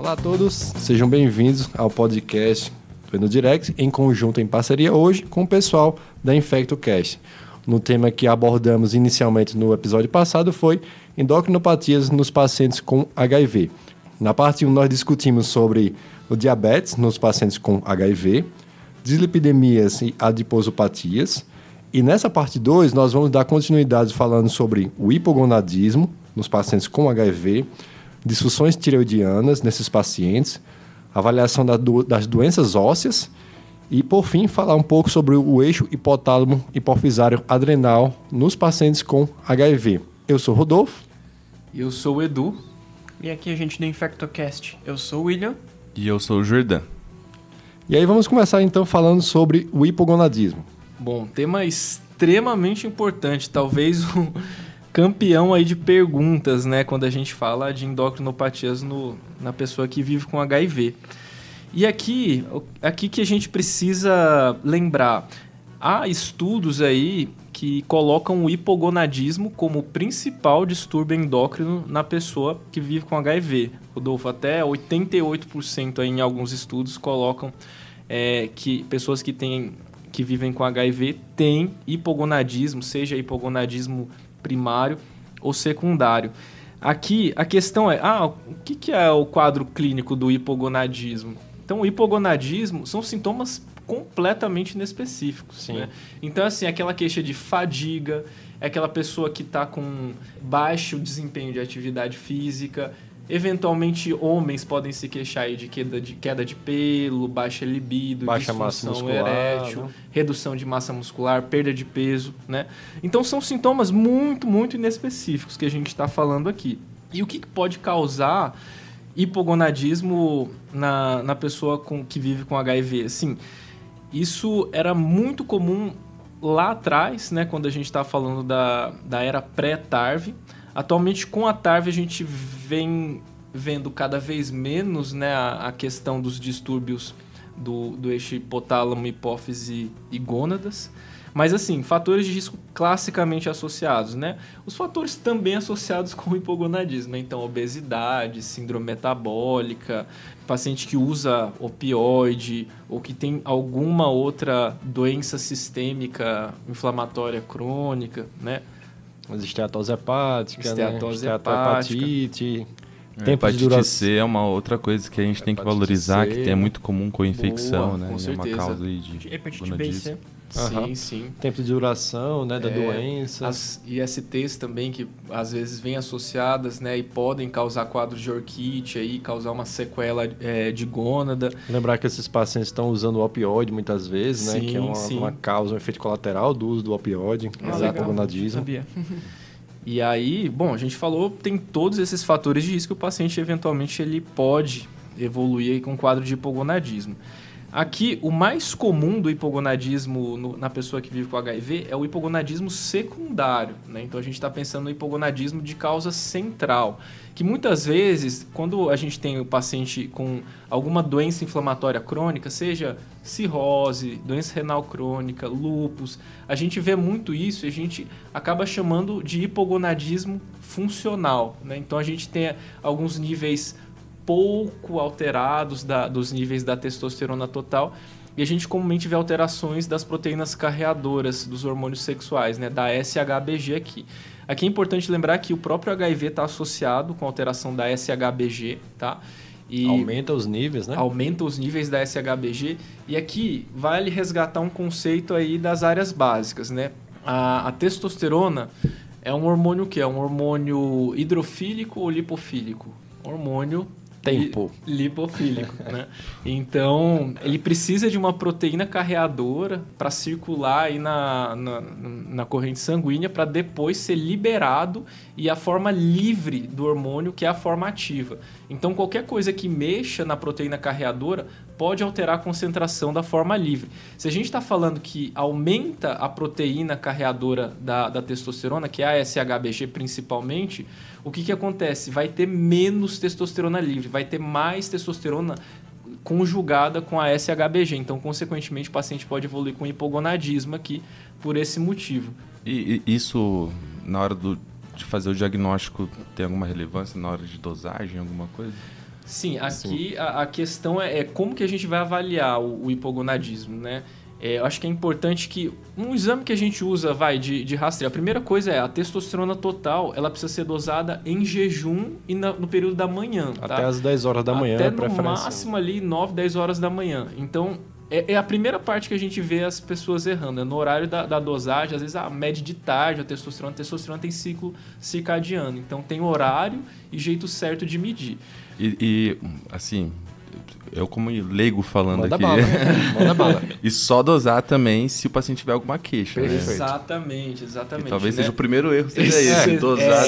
Olá a todos, sejam bem-vindos ao podcast do EduDirect, em conjunto, em parceria hoje com o pessoal da InfectoCast. No tema que abordamos inicialmente no episódio passado foi endocrinopatias nos pacientes com HIV. Na parte 1 nós discutimos sobre o diabetes nos pacientes com HIV, dislipidemias e adiposopatias. E nessa parte 2 nós vamos dar continuidade falando sobre o hipogonadismo nos pacientes com HIV, disfunções tireoidianas nesses pacientes, avaliação das doenças ósseas e, por fim, falar um pouco sobre o eixo hipotálamo hipofisário adrenal nos pacientes com HIV. Eu sou o Rodolfo. Eu sou o Edu. E aqui a gente do InfectoCast. Eu sou o William. E eu sou o Jordan. E aí vamos começar então falando sobre o hipogonadismo. Bom, tema extremamente importante, talvez o campeão aí de perguntas, né, quando a gente fala de endocrinopatias na pessoa que vive com HIV. E aqui que a gente precisa lembrar, há estudos aí que colocam o hipogonadismo como o principal distúrbio endócrino na pessoa que vive com HIV. Rodolfo, até 88% aí em alguns estudos colocam que pessoas que vivem com HIV têm hipogonadismo, seja hipogonadismo primário ou secundário. Aqui a questão é, o que é o quadro clínico do hipogonadismo? Então, o hipogonadismo são sintomas completamente inespecíficos. Né? Então, assim, aquela queixa de fadiga, é aquela pessoa que está com baixo desempenho de atividade física. Eventualmente, homens podem se queixar aí de queda de pelo, baixa libido, baixa massa muscular, erétil, redução de massa muscular, perda de peso, né? Então, são sintomas muito, muito inespecíficos que a gente está falando aqui. E o que pode causar hipogonadismo na pessoa que vive com HIV? Assim, isso era muito comum lá atrás, né, quando a gente está falando da era pré-TARV. Atualmente, com a TARV, a gente vem vendo cada vez menos, né, a questão dos distúrbios do eixo hipotálamo, hipófise e gônadas. Mas, assim, fatores de risco classicamente associados, né? Os fatores também associados com o hipogonadismo, né? Então, obesidade, síndrome metabólica, paciente que usa opioide ou que tem alguma outra doença sistêmica inflamatória crônica, né? Esteatose hepática, hepatite. Hepatite C é uma outra coisa que a gente tem que valorizar, que é muito comum com infecção, né? Com certeza. É uma causa aí de hepatite B e C. Sim. Tempo de duração, né, da doença. As ISTs também, que às vezes vêm associadas, né, e podem causar quadros de orquite, aí, causar uma sequela de gônada. Lembrar que esses pacientes estão usando o opioide muitas vezes, né, que é uma causa, um efeito colateral do uso do opioide, o hipogonadismo. Sabia. E aí, bom, a gente falou, tem todos esses fatores de risco que o paciente eventualmente ele pode evoluir aí com um quadro de hipogonadismo. Aqui, o mais comum do hipogonadismo na pessoa que vive com HIV é o hipogonadismo secundário, né? Então, a gente está pensando no hipogonadismo de causa central, que muitas vezes, quando a gente tem o paciente com alguma doença inflamatória crônica, seja cirrose, doença renal crônica, lúpus, a gente vê muito isso e a gente acaba chamando de hipogonadismo funcional, né? Então, a gente tem alguns níveis pouco alterados dos níveis da testosterona total e a gente comumente vê alterações das proteínas carreadoras dos hormônios sexuais, né, da SHBG aqui. Aqui é importante lembrar que o próprio HIV está associado com a alteração da SHBG, tá? E aumenta os níveis, né? Aumenta os níveis da SHBG e aqui vale resgatar um conceito aí das áreas básicas, né? A testosterona é um hormônio que é um hormônio hidrofílico ou lipofílico? Hormônio lipofílico, né? Então, ele precisa de uma proteína carreadora para circular aí na corrente sanguínea para depois ser liberado e a forma livre do hormônio, que é a forma ativa. Então, qualquer coisa que mexa na proteína carreadora pode alterar a concentração da forma livre. Se a gente está falando que aumenta a proteína carreadora da testosterona, que é a SHBG principalmente, o que acontece? Vai ter menos testosterona livre, vai ter mais testosterona conjugada com a SHBG. Então, consequentemente, o paciente pode evoluir com hipogonadismo aqui por esse motivo. E isso, na hora de fazer o diagnóstico, tem alguma relevância na hora de dosagem, alguma coisa? Sim, aqui a questão é como que a gente vai avaliar o hipogonadismo, né? Eu acho que é importante que um exame que a gente usa, de rastreio, a primeira coisa é a testosterona total, ela precisa ser dosada em jejum e no período da manhã. Até às 10 horas da manhã, até no máximo ali 9, 10 horas da manhã. Então, é a primeira parte que a gente vê as pessoas errando, no horário da dosagem, às vezes mede de tarde a testosterona tem ciclo circadiano, então tem horário e jeito certo de medir. E assim, eu como leigo falando manda aqui, bala, manda bala. E só dosar também se o paciente tiver alguma queixa. Né? Exatamente. E talvez seja o primeiro erro, seja esse, dosar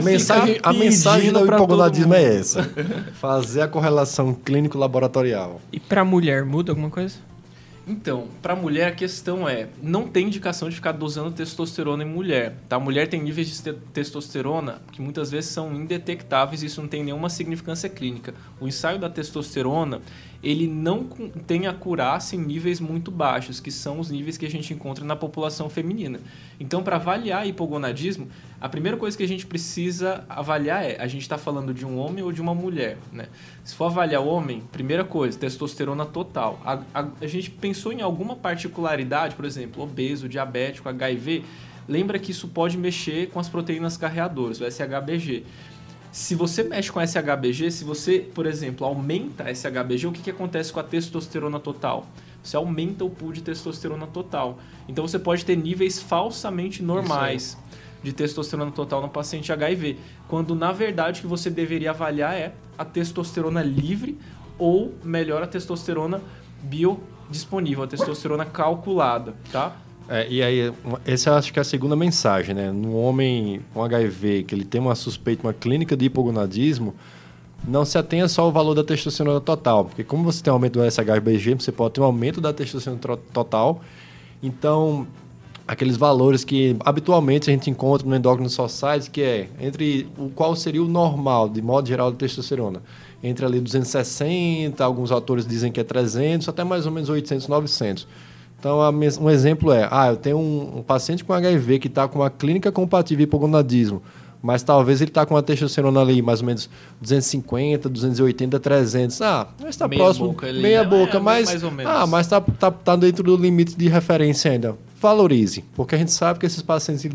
a mensagem do hipogonadismo é essa, fazer a correlação clínico-laboratorial. E para mulher, muda alguma coisa? Então, para mulher a questão não tem indicação de ficar dosando testosterona em mulher, tá? A mulher tem níveis de testosterona que muitas vezes são indetectáveis e isso não tem nenhuma significância clínica. O ensaio da testosterona, ele não tem acurácia em níveis muito baixos, que são os níveis que a gente encontra na população feminina. Então, para avaliar hipogonadismo, a primeira coisa que a gente precisa avaliar a gente está falando de um homem ou de uma mulher, né? Se for avaliar o homem, primeira coisa, testosterona total. A gente pensou em alguma particularidade, por exemplo, obeso, diabético, HIV, lembra que isso pode mexer com as proteínas carreadoras, o SHBG. Se você mexe com SHBG, se você, por exemplo, aumenta SHBG, o que acontece com a testosterona total? Você aumenta o pool de testosterona total. Então você pode ter níveis falsamente normais de testosterona total no paciente HIV, quando na verdade o que você deveria avaliar é a testosterona livre ou, melhor, a testosterona biodisponível, a testosterona calculada, tá? E aí, essa eu acho que é a segunda mensagem, né? No homem com HIV, que ele tem uma suspeita, uma clínica de hipogonadismo, não se atenha só ao valor da testosterona total, porque como você tem um aumento do SHBG, você pode ter um aumento da testosterona total. Então, aqueles valores que habitualmente a gente encontra no Endocrine Society, que é entre qual seria o normal, de modo geral, da testosterona. Entre ali 260, alguns autores dizem que é 300, até mais ou menos 800, 900. Então, um exemplo eu tenho um paciente com HIV que está com uma clínica compatível hipogonadismo, mas talvez ele está com uma testosterona ali mais ou menos 250, 280, 300. Mas está próximo, meia boca, mas mais ou menos. Mas tá dentro do limite de referência ainda. Valorize, porque a gente sabe que esses pacientes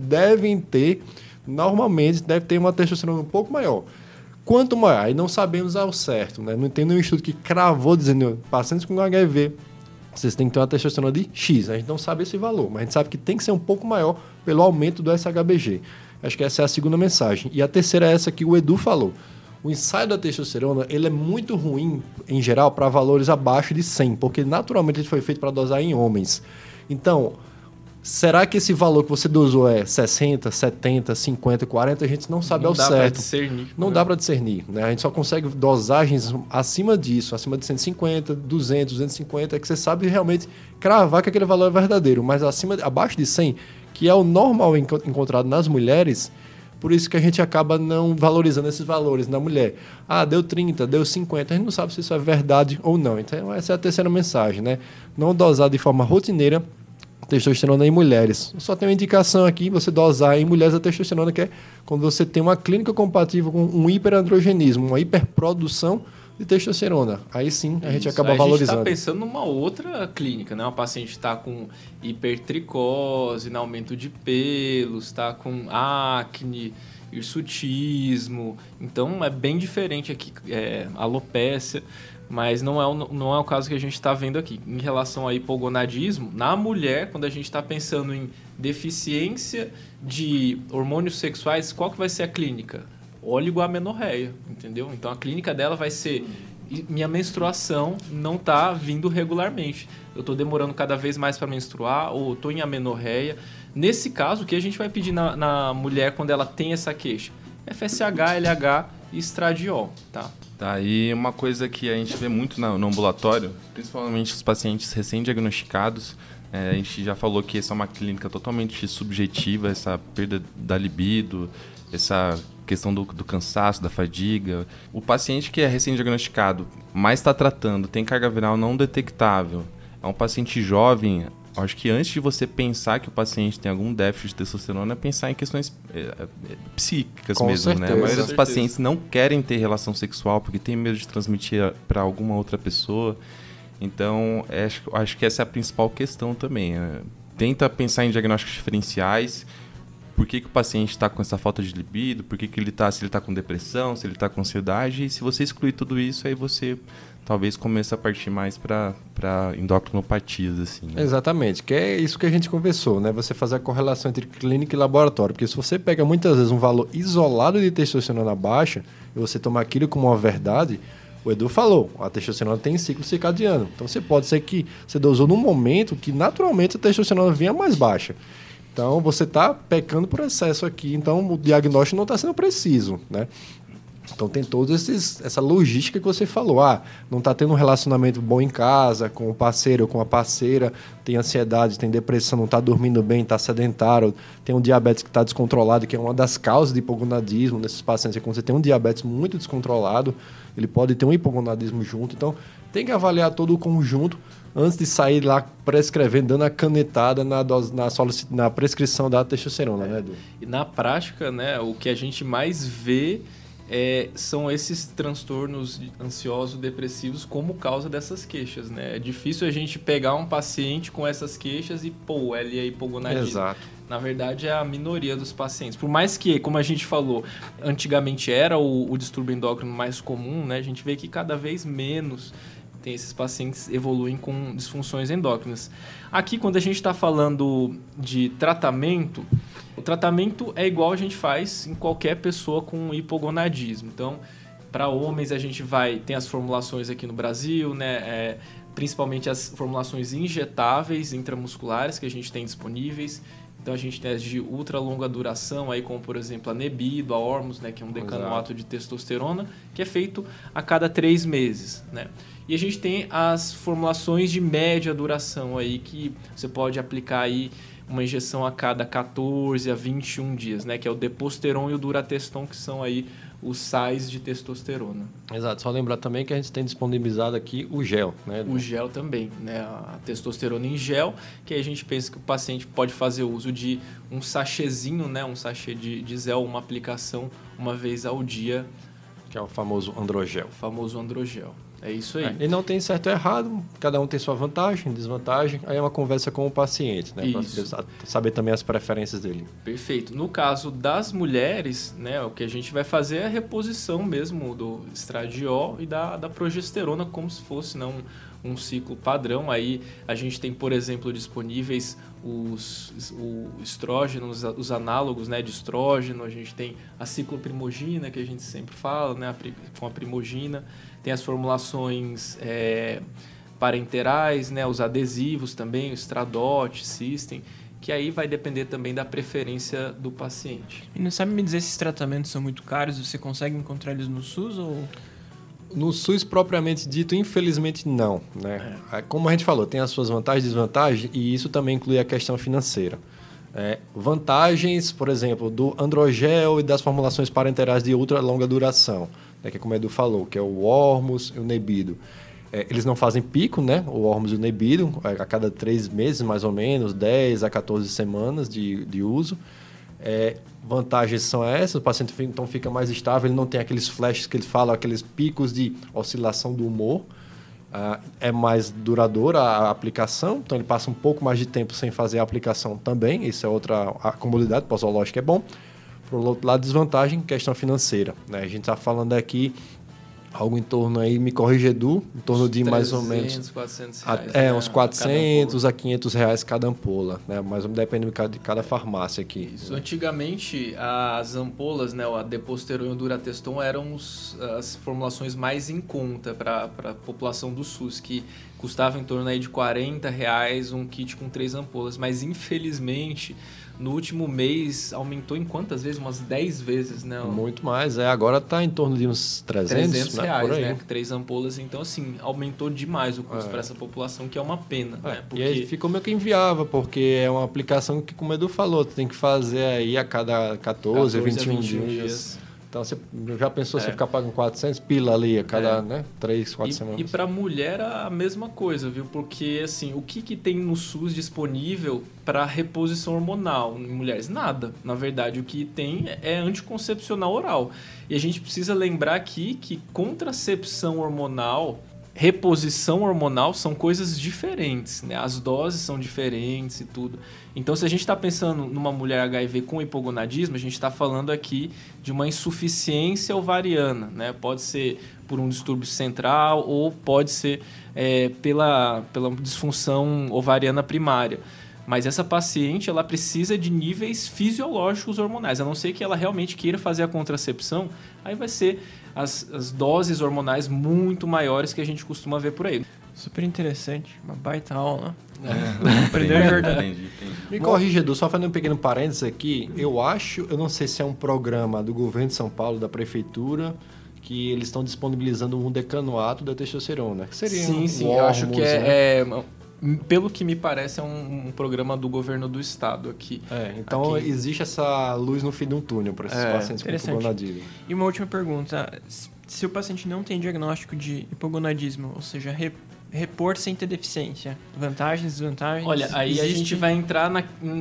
normalmente devem ter uma testosterona um pouco maior. Quanto maior, aí não sabemos ao certo, né? Não tem nenhum estudo que cravou dizendo pacientes com HIV, vocês têm que ter uma testosterona de X. A gente não sabe esse valor, mas a gente sabe que tem que ser um pouco maior pelo aumento do SHBG. Acho que essa é a segunda mensagem. E a terceira é essa que o Edu falou. O ensaio da testosterona ele é muito ruim, em geral, para valores abaixo de 100, porque naturalmente ele foi feito para dosar em homens. Então, será que esse valor que você dosou é 60, 70, 50, 40? A gente não sabe ao certo. Não dá para discernir. Né? A gente só consegue dosagens acima disso, acima de 150, 200, 250, é que você sabe realmente cravar que aquele valor é verdadeiro. Mas abaixo de 100, que é o normal encontrado nas mulheres, por isso que a gente acaba não valorizando esses valores na mulher. Deu 30, deu 50, a gente não sabe se isso é verdade ou não. Então, essa é a terceira mensagem, né? Não dosar de forma rotineira testosterona em mulheres. Só tem uma indicação aqui, você dosar em mulheres a testosterona, que é quando você tem uma clínica compatível com um hiperandrogenismo, uma hiperprodução de testosterona. Aí sim, a gente acaba valorizando. A gente está pensando numa outra clínica, né? Uma paciente está com hipertricose, aumento de pelos, está com acne, hirsutismo. Então, é bem diferente aqui, alopécia. Mas não é o caso que a gente está vendo aqui. Em relação a hipogonadismo, na mulher, quando a gente está pensando em deficiência de hormônios sexuais, qual que vai ser a clínica? Oligoamenorreia, entendeu? Então a clínica dela vai ser: minha menstruação não está vindo regularmente. Eu estou demorando cada vez mais para menstruar ou estou em amenorreia. Nesse caso, o que a gente vai pedir na mulher quando ela tem essa queixa? FSH, LH e estradiol, tá? Tá, e uma coisa que a gente vê muito no ambulatório, principalmente os pacientes recém-diagnosticados, a gente já falou que essa é uma clínica totalmente subjetiva, essa perda da libido, essa questão do cansaço, da fadiga. O paciente que é recém-diagnosticado, mas está tratando, tem carga viral não detectável, é um paciente jovem, acho que antes de você pensar que o paciente tem algum déficit de testosterona, é pensar em questões psíquicas Com mesmo, certeza. né? A maioria dos Com certeza. pacientes não querem ter relação sexual porque tem medo de transmitir para alguma outra pessoa. Então, acho que essa é a principal questão também. Tenta pensar em diagnósticos diferenciais. Por que o paciente está com essa falta de libido? Por que ele está, se ele está com depressão, se ele está com ansiedade? E se você excluir tudo isso, aí você talvez comece a partir mais para endocrinopatias, assim. Né? Exatamente, que é isso que a gente conversou, né? Você fazer a correlação entre clínica e laboratório. Porque se você pega muitas vezes um valor isolado de testosterona baixa e você tomar aquilo como uma verdade, o Edu falou, a testosterona tem ciclo circadiano. Então você pode ser que você dosou num momento que naturalmente a testosterona vinha mais baixa. Então, você está pecando por excesso aqui, então o diagnóstico não está sendo preciso, né? Então, tem toda essa logística que você falou. Não está tendo um relacionamento bom em casa, com o parceiro ou com a parceira, tem ansiedade, tem depressão, não está dormindo bem, está sedentário, tem um diabetes que está descontrolado, que é uma das causas de hipogonadismo nesses pacientes. É quando você tem um diabetes muito descontrolado, ele pode ter um hipogonadismo junto. Então, tem que avaliar todo o conjunto antes de sair lá prescrevendo, dando a canetada na prescrição da testosterona, né, Edu? E na prática, né, o que a gente mais vê são esses transtornos ansiosos depressivos como causa dessas queixas, né? É difícil a gente pegar um paciente com essas queixas e, ele é hipogonadismo. Exato. Na verdade, é a minoria dos pacientes. Por mais que, como a gente falou, antigamente era o distúrbio endócrino mais comum, né? A gente vê que cada vez menos tem esses pacientes evoluem com disfunções endócrinas. Aqui, quando a gente está falando de tratamento, o tratamento é igual a gente faz em qualquer pessoa com hipogonadismo. Então, para homens, a gente tem as formulações aqui no Brasil, né? Principalmente as formulações injetáveis intramusculares que a gente tem disponíveis. Então, a gente tem as de ultra longa duração, aí, como, por exemplo, a Nebido, a Ormus, né? Que é um decanoato de testosterona, que é feito a cada 3 meses, né? E a gente tem as formulações de média duração aí, que você pode aplicar aí uma injeção a cada 14 a 21 dias, né? Que é o Deposteron e o Durateston, que são aí os sais de testosterona. Exato. Só lembrar também que a gente tem disponibilizado aqui o gel, né, Edu? O gel também, né? A testosterona em gel, que aí a gente pensa que o paciente pode fazer uso de um sachêzinho, né? Um sachê de gel, uma aplicação uma vez ao dia. Que é o famoso androgel. O famoso androgel. É isso aí. E não tem certo ou errado, cada um tem sua vantagem, desvantagem. Aí é uma conversa com o paciente, né? Para saber também as preferências dele. Perfeito. No caso das mulheres, né, o que a gente vai fazer é a reposição mesmo do estradiol e da progesterona, como se fosse um ciclo padrão. Aí a gente tem, por exemplo, disponíveis o estrógeno, os análogos, né, de estrógeno. A gente tem a cicloprimogina, que a gente sempre fala, né, com a primogina. Tem as formulações parenterais, né, os adesivos também, o Stradot, System, que aí vai depender também da preferência do paciente. E não sabe me dizer se esses tratamentos são muito caros? Você consegue encontrar eles no SUS ou... No SUS, propriamente dito, infelizmente não, né? Como a gente falou, tem as suas vantagens e desvantagens, e isso também inclui a questão financeira. Vantagens, por exemplo, do androgel e das formulações parenterais de ultra longa duração, né? Que é como o Edu falou, que é o Ormus e o Nebido. Eles não fazem pico, né? O Ormus e o Nebido, a cada 3 meses, mais ou menos, 10 a 14 semanas de uso. Vantagens são essas, o paciente então fica mais estável, ele não tem aqueles flashes que eles falam, aqueles picos de oscilação do humor. É mais duradoura a aplicação, então ele passa um pouco mais de tempo sem fazer a aplicação também, isso é outra comodidade, posológica é bom. Por outro lado, desvantagem, questão financeira, né? A gente está falando aqui algo em torno aí, me corrija, Edu, em torno de 300, mais ou menos... 400 reais. Uns 400 a 500 reais cada ampola, né? Mas depende de cada farmácia aqui. Isso. Antigamente, as ampolas, né, a Deposteron e o Durateston eram as formulações mais em conta para a população do SUS, que custava em torno aí de R$40 um kit com 3 ampolas. Mas, infelizmente, no último mês, aumentou em quantas vezes? Umas 10 vezes, né? Muito mais, agora está em torno de uns 300 reais, por aí. né? 3 ampolas. Então, assim, aumentou demais o custo para essa população, que é uma pena, né? Porque... E aí ficou meio que inviável, porque é uma aplicação que, como o Edu falou, tu tem que fazer aí a cada 14 a 21 dias. Então, você já pensou você ficar pagando 400 pila ali a cada 3, 4 semanas? E para mulher a mesma coisa, viu? Porque, assim, o que tem no SUS disponível para reposição hormonal em mulheres? Nada. Na verdade, o que tem é anticoncepcional oral. E a gente precisa lembrar aqui que contracepção hormonal, reposição hormonal são coisas diferentes, né? As doses são diferentes e tudo. Então, se a gente está pensando numa mulher HIV com hipogonadismo, a gente está falando aqui de uma insuficiência ovariana, né? Pode ser por um distúrbio central ou pode ser pela disfunção ovariana primária. Mas essa paciente, ela precisa de níveis fisiológicos hormonais. A não ser que ela realmente queira fazer a contracepção, aí vai ser as doses hormonais muito maiores que a gente costuma ver por aí. Super interessante, uma baita aula. Aprendeu de verdade. Me corrija, Edu, só fazendo um pequeno parênteses aqui. Eu não sei se é um programa do governo de São Paulo, da prefeitura, que eles estão disponibilizando um decanoato da testosterona. Que seria sim, eu acho que pelo que me parece, é um programa do governo do estado aqui. Então existe essa luz no fim de um túnel para esses pacientes com hipogonadismo. E uma última pergunta. Se o paciente não tem diagnóstico de hipogonadismo, ou seja, repor sem ter deficiência, vantagens, desvantagens? Olha, aí a gente vai entrar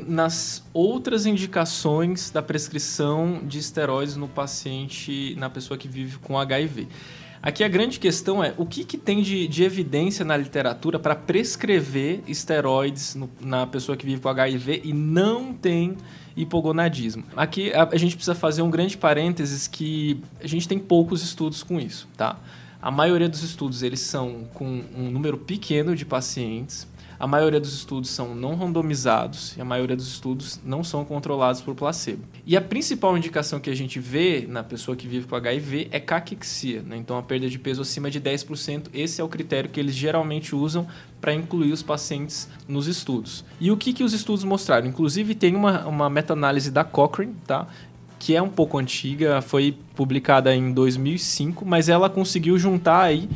nas outras indicações da prescrição de esteroides no paciente, na pessoa que vive com HIV. Aqui a grande questão é o que tem de evidência na literatura para prescrever esteroides na pessoa que vive com HIV e não tem hipogonadismo. Aqui a gente precisa fazer um grande parênteses que a gente tem poucos estudos com isso, tá? A maioria dos estudos eles são com um número pequeno de pacientes. A maioria dos estudos são não randomizados e a maioria dos estudos não são controlados por placebo. E a principal indicação que a gente vê na pessoa que vive com HIV é caquexia, né? Então a perda de peso acima de 10%, esse é o critério que eles geralmente usam para incluir os pacientes nos estudos. E o que os estudos mostraram? Inclusive tem uma meta-análise da Cochrane, tá? Que é um pouco antiga, foi publicada em 2005, mas ela conseguiu juntar aí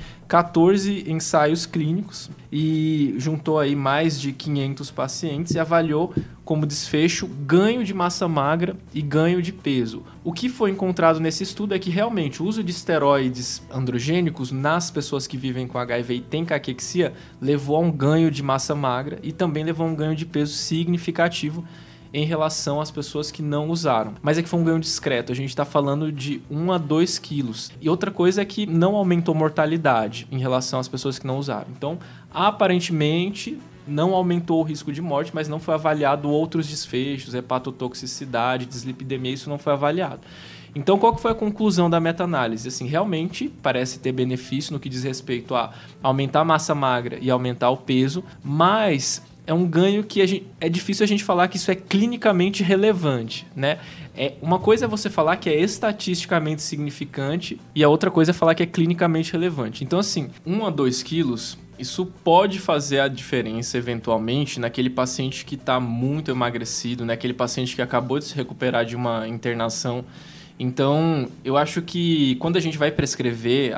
14 ensaios clínicos e juntou aí mais de 500 pacientes e avaliou como desfecho ganho de massa magra e ganho de peso. O que foi encontrado nesse estudo é que realmente o uso de esteroides androgênicos nas pessoas que vivem com HIV e têm caquexia levou a um ganho de massa magra e também levou a um ganho de peso significativo em relação às pessoas que não usaram. Mas é que foi um ganho discreto, a gente está falando de 1 a 2 quilos. E outra coisa é que não aumentou mortalidade em relação às pessoas que não usaram. Então, aparentemente, não aumentou o risco de morte, mas não foi avaliado outros desfechos, hepatotoxicidade, dislipidemia, isso não foi avaliado. Então, qual que foi a conclusão da meta-análise? Assim, realmente parece ter benefício no que diz respeito a aumentar a massa magra e aumentar o peso, mas é um ganho que é difícil a gente falar que isso é clinicamente relevante, né? Uma coisa é você falar que é estatisticamente significante e a outra coisa é falar que é clinicamente relevante. Então, assim, 1 a 2 quilos, isso pode fazer a diferença eventualmente naquele paciente que está muito emagrecido, né? Aquele paciente que acabou de se recuperar de uma internação. Então, eu acho que quando a gente vai prescrever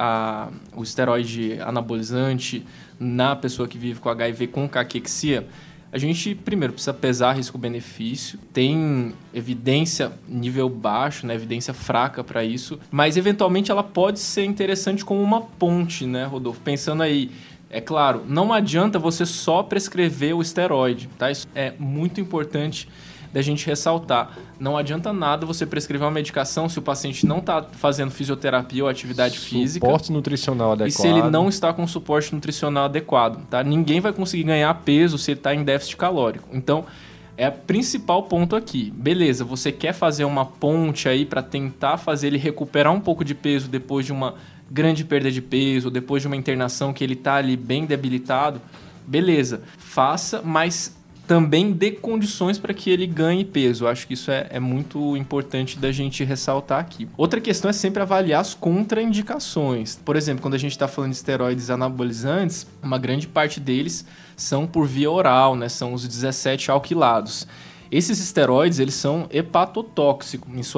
o esteroide anabolizante na pessoa que vive com HIV com caquexia, a gente primeiro precisa pesar risco-benefício, tem evidência nível baixo, né, evidência fraca para isso, mas eventualmente ela pode ser interessante como uma ponte, né, Rodolfo? Pensando aí, é claro, não adianta você só prescrever o esteroide, tá? Isso é muito importante da gente ressaltar. Não adianta nada você prescrever uma medicação se o paciente não está fazendo fisioterapia ou atividade física. Suporte nutricional adequado. E se ele não está com suporte nutricional adequado, tá? Ninguém vai conseguir ganhar peso se ele está em déficit calórico. Então, é o principal ponto aqui. Beleza, você quer fazer uma ponte aí para tentar fazer ele recuperar um pouco de peso depois de uma grande perda de peso, depois de uma internação que ele está ali bem debilitado. Beleza, faça, mas também dê condições para que ele ganhe peso. Eu acho que isso é muito importante da gente ressaltar aqui. Outra questão é sempre avaliar as contraindicações. Por exemplo, quando a gente está falando de esteroides anabolizantes, uma grande parte deles são por via oral, né? São os 17 alquilados. Esses esteroides, eles são hepatotóxicos, em sua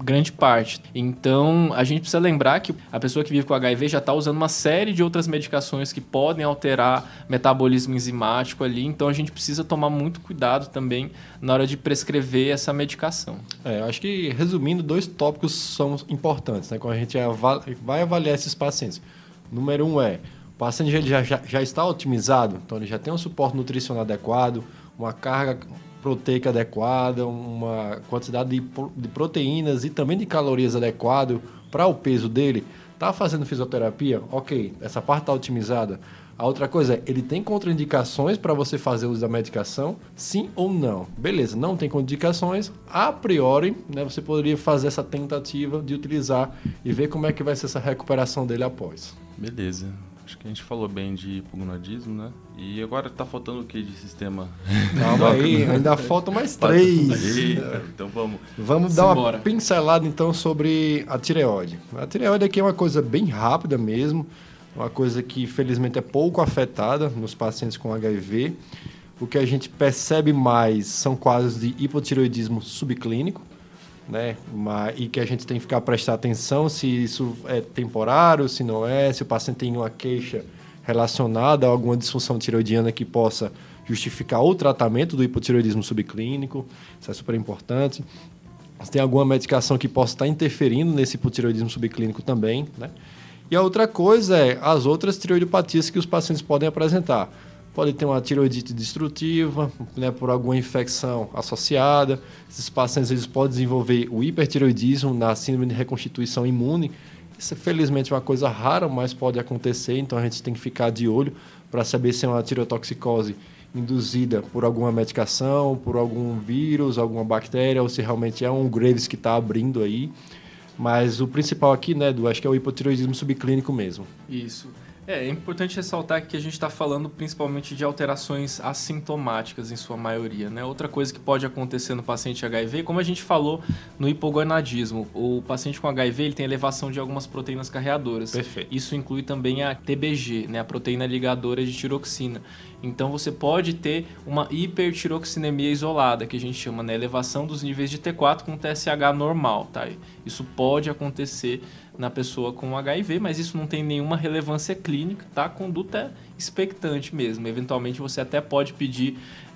grande parte. Então, a gente precisa lembrar que a pessoa que vive com HIV já está usando uma série de outras medicações que podem alterar metabolismo enzimático ali. Então, a gente precisa tomar muito cuidado também na hora de prescrever essa medicação. Eu acho que, resumindo, 2 tópicos são importantes, né, quando a gente vai avaliar esses pacientes. Número 1 o paciente ele já está otimizado, então ele já tem um suporte nutricional adequado, uma carga proteica adequada, uma quantidade de proteínas e também de calorias adequado para o peso dele. Está fazendo fisioterapia? Ok, essa parte está otimizada. A outra coisa é, ele tem contraindicações para você fazer uso da medicação? Sim ou não? Beleza, não tem contraindicações. A priori, né, você poderia fazer essa tentativa de utilizar e ver como é que vai ser essa recuperação dele após. Beleza. Acho que a gente falou bem de hipogonadismo, né? E agora tá faltando o que de sistema? Calma aí, ainda faltam mais 3. Eita, então vamos. Vamos dar uma pincelada então sobre a tireoide. A tireoide aqui é uma coisa bem rápida mesmo, uma coisa que felizmente é pouco afetada nos pacientes com HIV. O que a gente percebe mais são quadros de hipotireoidismo subclínico, né? E que a gente tem que prestar atenção se isso é temporário, se não é, se o paciente tem uma queixa relacionada a alguma disfunção tireoidiana que possa justificar o tratamento do hipotireoidismo subclínico. Isso é super importante. Se tem alguma medicação que possa estar interferindo nesse hipotireoidismo subclínico também, né? E a outra coisa é as outras tireoidopatias que os pacientes podem apresentar. Pode ter uma tireoidite destrutiva, né, por alguma infecção associada. Esses pacientes eles podem desenvolver o hipertireoidismo na síndrome de reconstituição imune. Isso, felizmente, é uma coisa rara, mas pode acontecer. Então, a gente tem que ficar de olho para saber se é uma tireotoxicose induzida por alguma medicação, por algum vírus, alguma bactéria, ou se realmente é um Graves que está abrindo aí. Mas o principal aqui, né, Edu, acho que é o hipotireoidismo subclínico mesmo. Isso. É importante ressaltar que a gente está falando principalmente de alterações assintomáticas em sua maioria, né? Outra coisa que pode acontecer no paciente HIV, como a gente falou no hipogonadismo, o paciente com HIV ele tem elevação de algumas proteínas carreadoras. Perfeito. Isso inclui também a TBG, né? A proteína ligadora de tiroxina. Então você pode ter uma hipertiroxinemia isolada, que a gente chama, né? Elevação dos níveis de T4 com TSH normal, tá? Isso pode acontecer na pessoa com HIV, mas isso não tem nenhuma relevância clínica, tá? A conduta é expectante mesmo. Eventualmente você até pode pedir,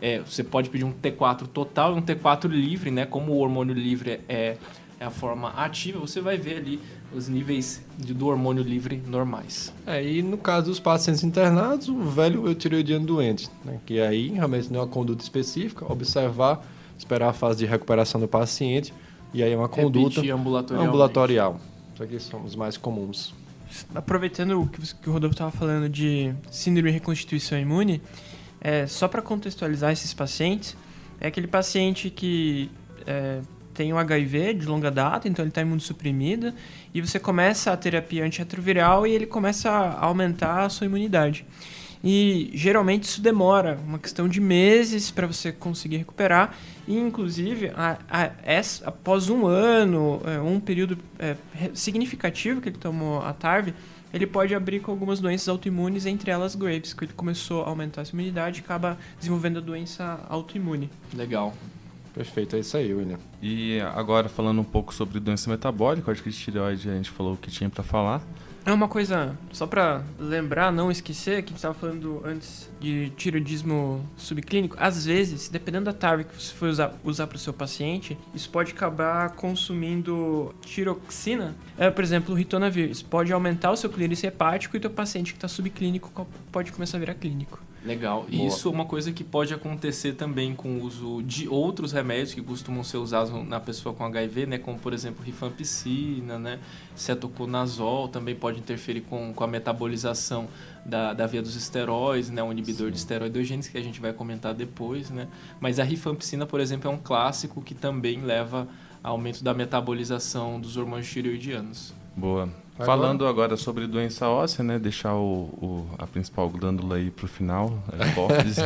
um T4 total e um T4 livre, né? Como o hormônio livre é a forma ativa, você vai ver ali os níveis do hormônio livre normais. E no caso dos pacientes internados, o velho eutiroidiano doente, né? Que aí realmente não é uma conduta específica, observar, esperar a fase de recuperação do paciente, e aí é uma conduta ambulatorial. Isso aqui são os mais comuns. Aproveitando o que o Rodolfo estava falando de síndrome de reconstituição imune, só para contextualizar esses pacientes, é aquele paciente que tem um HIV de longa data, então ele está imunossuprimido, e você começa a terapia antirretroviral e ele começa a aumentar a sua imunidade. E geralmente isso demora uma questão de meses para você conseguir recuperar, e inclusive após um ano, um período significativo que ele tomou a TARV, ele pode abrir com algumas doenças autoimunes, entre elas Graves, que ele começou a aumentar a sua imunidade e acaba desenvolvendo a doença autoimune. Legal. Perfeito, é isso aí, William. E agora falando um pouco sobre doença metabólica, acho que de tireoide a gente falou o que tinha para falar. É uma coisa, só para lembrar, não esquecer, que a gente estava falando antes de tireoidismo subclínico. Às vezes, dependendo da TARV que você for usar para o seu paciente, isso pode acabar consumindo tiroxina. Por exemplo, o ritonavir. Isso pode aumentar o seu clearance hepático e o teu paciente que está subclínico pode começar a virar clínico. Legal. E isso é uma coisa que pode acontecer também com o uso de outros remédios que costumam ser usados na pessoa com HIV, né? Como, por exemplo, rifampicina, né? Cetoconazol também pode interferir com a metabolização da via dos esteróides, né? Um inibidor de esteroidogênese que a gente vai comentar depois, né? Mas a rifampicina, por exemplo, é um clássico que também leva ao aumento da metabolização dos hormônios tireoidianos. Boa. Falando agora sobre doença óssea, né? Deixar a principal glândula aí para o final, a hipófise.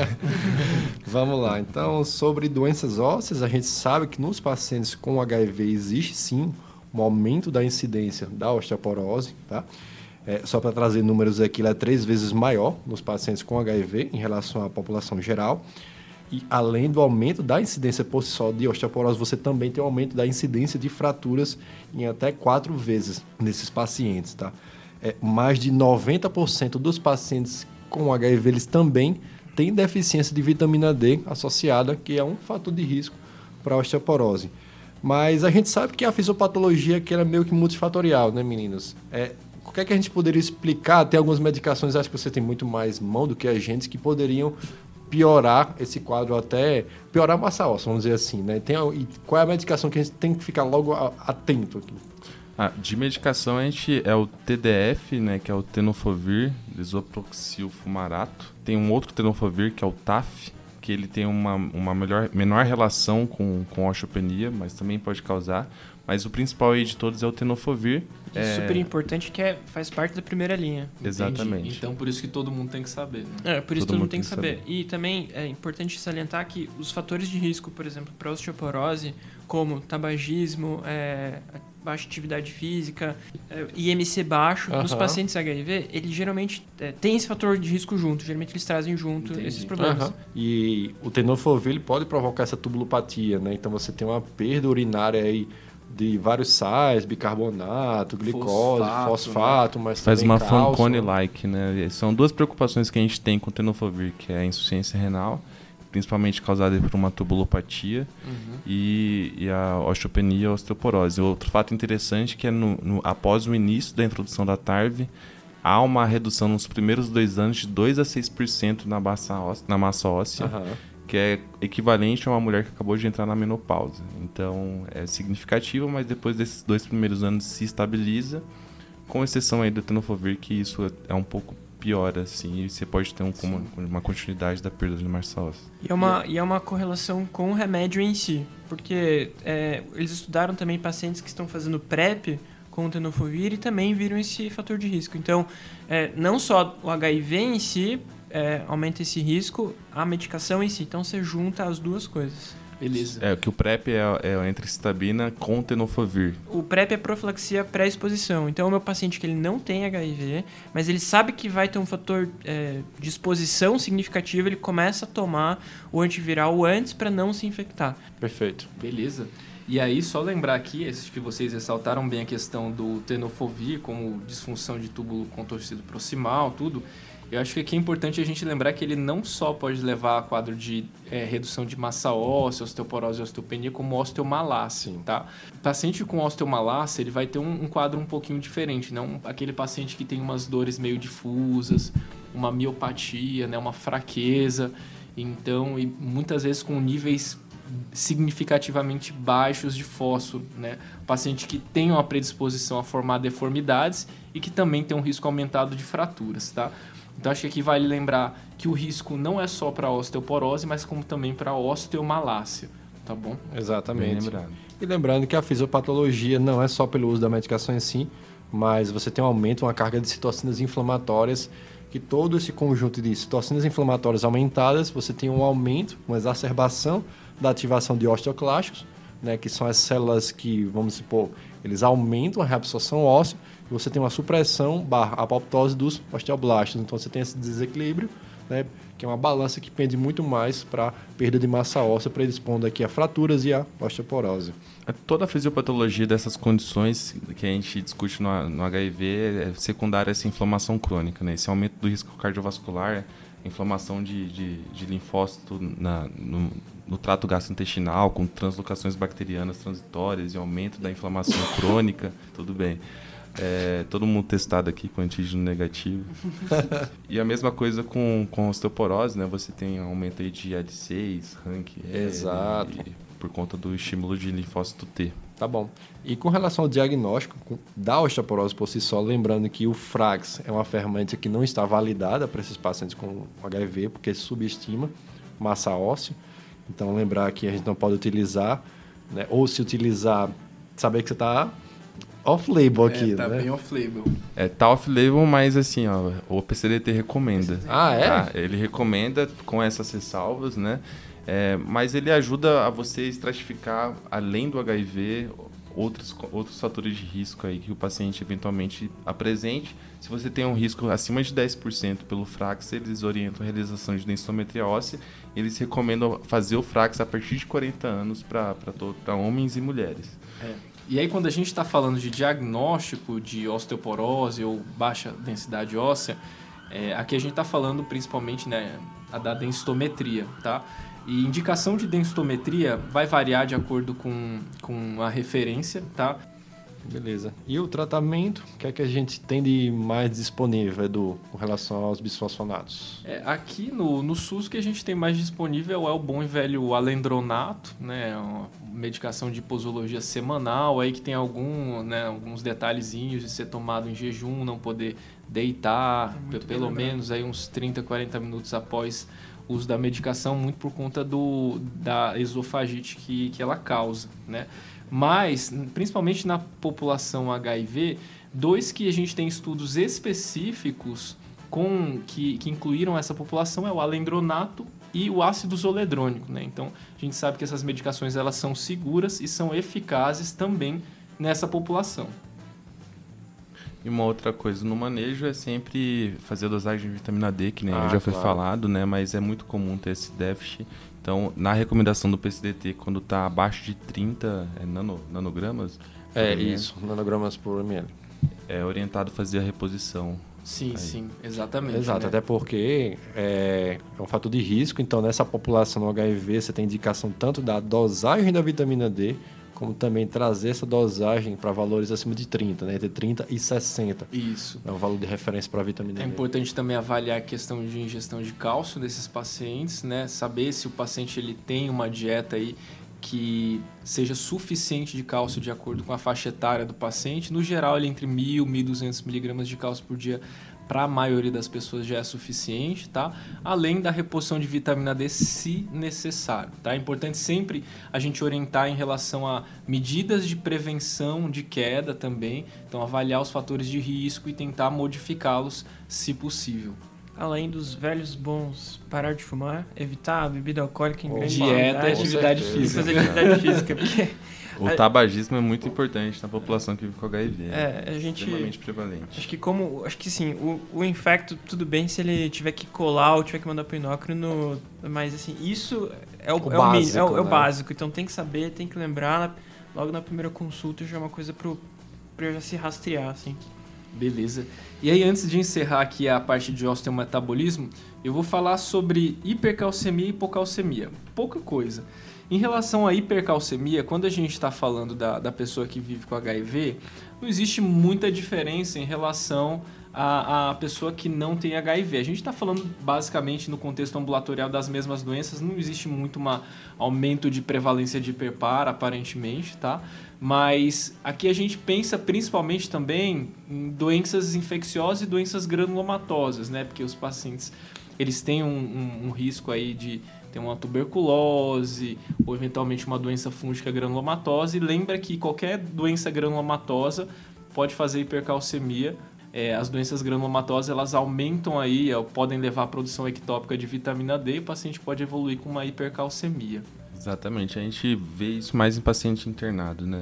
Vamos lá. Então, sobre doenças ósseas, a gente sabe que nos pacientes com HIV existe sim um aumento da incidência da osteoporose, tá? Só para trazer números aqui, ela é 3 vezes maior nos pacientes com HIV em relação à população geral. E além do aumento da incidência por si só de osteoporose, você também tem um aumento da incidência de fraturas em até 4 vezes nesses pacientes, tá? Mais de 90% dos pacientes com HIV, eles também têm deficiência de vitamina D associada, que é um fator de risco para a osteoporose. Mas a gente sabe que a fisiopatologia que ela é meio que multifatorial, né, meninos? O que é que a gente poderia explicar? Tem algumas medicações, acho que você tem muito mais mão do que a gente, que poderiam piorar esse quadro, até piorar a massa óssea, vamos dizer assim, né? E qual é a medicação que a gente tem que ficar logo atento aqui? De medicação a gente é o TDF, né, que é o tenofovir, disoproxil fumarato. Tem um outro tenofovir que é o TAF, que ele tem uma menor relação com osteopenia, mas também pode causar. Mas o principal aí de todos é o tenofovir. Super importante, que faz parte da primeira linha. Exatamente. Entendi. Então, por isso que todo mundo tem que saber. Né? Por isso todo mundo tem que saber. E também é importante salientar que os fatores de risco, por exemplo, para osteoporose, como tabagismo, baixa atividade física, IMC baixo, nos pacientes HIV, eles geralmente têm esse fator de risco junto. Geralmente eles trazem junto esses problemas. E o tenofovir ele pode provocar essa tubulopatia, né? Então você tem uma perda urinária aí de vários sais, bicarbonato, glicose, fosfato, né? Mas faz também uma cálcio, Fanconi-like, né? São duas preocupações que a gente tem com o tenofovir, que é a insuficiência renal, principalmente causada por uma tubulopatia, e a osteopenia e a osteoporose. Outro fato interessante é que após o início da introdução da TARV, há uma redução nos primeiros 2 anos de 2 a 6% na massa óssea, que é equivalente a uma mulher que acabou de entrar na menopausa. Então, é significativo, mas depois desses 2 primeiros anos se estabiliza, com exceção aí do tenofovir, que isso é um pouco pior, assim, e você pode ter uma continuidade da perda de massa óssea. E é uma correlação com o remédio em si, porque eles estudaram também pacientes que estão fazendo PrEP com o tenofovir e também viram esse fator de risco. Então, não só o HIV em si aumenta esse risco, a medicação em si. Então, você junta as duas coisas. Beleza. Que o PrEP é entre citabina com tenofovir. O PrEP é profilaxia pré-exposição. Então, o meu paciente que ele não tem HIV, mas ele sabe que vai ter um fator de exposição significativo, ele começa a tomar o antiviral antes para não se infectar. Perfeito. Beleza. E aí, só lembrar aqui, esses que vocês ressaltaram bem a questão do tenofovir, como disfunção de túbulo contorcido proximal, tudo. Eu acho que aqui é importante a gente lembrar que ele não só pode levar a quadro de redução de massa óssea, osteoporose e osteopenia, como osteomalácia, tá? O paciente com osteomalácia, ele vai ter um quadro um pouquinho diferente, né? Aquele paciente que tem umas dores meio difusas, uma miopatia, né? Uma fraqueza, então, e muitas vezes com níveis significativamente baixos de fósforo, né? Paciente que tem uma predisposição a formar deformidades e que também tem um risco aumentado de fraturas, tá? Então, acho que aqui vale lembrar que o risco não é só para osteoporose, mas como também para osteomalácia, tá bom? Exatamente. E lembrando que a fisiopatologia não é só pelo uso da medicação em si, mas você tem um aumento, uma carga de citocinas inflamatórias, que todo esse conjunto de citocinas inflamatórias aumentadas, você tem um aumento, uma exacerbação da ativação de osteoclastos, né, que são as células que, vamos supor, eles aumentam a reabsorção óssea, e você tem uma supressão apoptose dos osteoblastos. Então você tem esse desequilíbrio, né, que é uma balança que pende muito mais para perda de massa óssea, predispondo aqui a fraturas e a osteoporose. Toda a fisiopatologia dessas condições que a gente discute no HIV é secundária a essa inflamação crônica, né? Esse aumento do risco cardiovascular, inflamação de linfócito no trato gastrointestinal, com translocações bacterianas transitórias e aumento da inflamação crônica, tudo bem. Todo mundo testado aqui com antígeno negativo. E a mesma coisa com osteoporose, né? Você tem um aumento aí de AD6, RANK. Exato. Por conta do estímulo de linfócito T. Tá bom. E com relação ao diagnóstico da osteoporose por si só, lembrando que o FRAX é uma ferramenta que não está validada para esses pacientes com HIV, porque subestima massa óssea. Então, lembrar que a gente não pode utilizar, né? Ou se utilizar, saber que você está off-label aqui, tá né? bem off-label. Tá off-label, mas assim, ó, o PCDT recomenda. Ah, é? Tá? Ele recomenda com essas ressalvas, né? Mas ele ajuda a você estratificar, além do HIV, outros fatores de risco aí que o paciente eventualmente apresente. Se você tem um risco acima de 10% pelo FRAX, eles orientam a realização de densitometria óssea. Eles recomendam fazer o FRAX a partir de 40 anos para homens e mulheres. E aí, quando a gente está falando de diagnóstico de osteoporose ou baixa densidade óssea, aqui a gente está falando principalmente, né, da densitometria, tá? E indicação de densitometria vai variar de acordo com a referência, tá? Beleza. E o tratamento, o que é que a gente tem de mais disponível, Edu, com relação aos bisfosfonatos? Aqui no SUS o que a gente tem mais disponível é o bom e velho alendronato, né? Uma medicação de posologia semanal, aí que tem alguns detalhezinhos de ser tomado em jejum, não poder deitar, pelo menos aí uns 30, 40 minutos após o uso da medicação, muito por conta da esofagite que ela causa, né? Mas, principalmente na população HIV, 2 que a gente tem estudos específicos que incluíram essa população é o alendronato e o ácido zoledrônico, né? Então, a gente sabe que essas medicações elas são seguras e são eficazes também nessa população. E uma outra coisa no manejo é sempre fazer a dosagem de vitamina D, que já foi falado, né? Mas é muito comum ter esse déficit. Então, na recomendação do PCDT, quando está abaixo de 30 nanogramas... Isso, nanogramas por ml. É orientado a fazer a reposição. Sim, exatamente. Exato, né? Até porque é um fator de risco. Então, nessa população no HIV, você tem indicação tanto da dosagem da vitamina D, como também trazer essa dosagem para valores acima de 30, né? Entre 30 e 60. Isso. É um valor de referência para a vitamina D. É importante também avaliar a questão de ingestão de cálcio desses pacientes, né? Saber se o paciente ele tem uma dieta aí que seja suficiente de cálcio de acordo com a faixa etária do paciente. No geral, ele entre 1.000 e 1.200 miligramas de cálcio por dia para a maioria das pessoas já é suficiente, tá? Além da reposição de vitamina D, se necessário, tá? É importante sempre a gente orientar em relação a medidas de prevenção de queda também, então avaliar os fatores de risco e tentar modificá-los se possível. Além dos velhos bons, parar de fumar, evitar a bebida alcoólica em grande dieta e atividade e física. fazer atividade física, porque... O tabagismo é muito importante na população que vive com HIV. A gente... Extremamente prevalente. Acho que sim, o infecto, tudo bem se ele tiver que colar ou tiver que mandar pro endócrino, mas assim, isso é o básico. Então tem que saber, tem que lembrar, logo na primeira consulta já é uma coisa pra já se rastrear, assim. Beleza. E aí, antes de encerrar aqui a parte de osteometabolismo, eu vou falar sobre hipercalcemia e hipocalcemia. Pouca coisa. Em relação à hipercalcemia, quando a gente está falando da pessoa que vive com HIV, não existe muita diferença em relação à pessoa que não tem HIV. A gente está falando basicamente no contexto ambulatorial das mesmas doenças, não existe muito um aumento de prevalência de hiperpar, aparentemente, tá? Mas aqui a gente pensa principalmente também em doenças infecciosas e doenças granulomatosas, né? Porque os pacientes eles têm um risco aí de ter uma tuberculose ou eventualmente uma doença fúngica granulomatosa. E lembra que qualquer doença granulomatosa pode fazer hipercalcemia. As doenças granulomatosas elas aumentam aí, podem levar à produção ectópica de vitamina D e o paciente pode evoluir com uma hipercalcemia. Exatamente, a gente vê isso mais em paciente internado, né?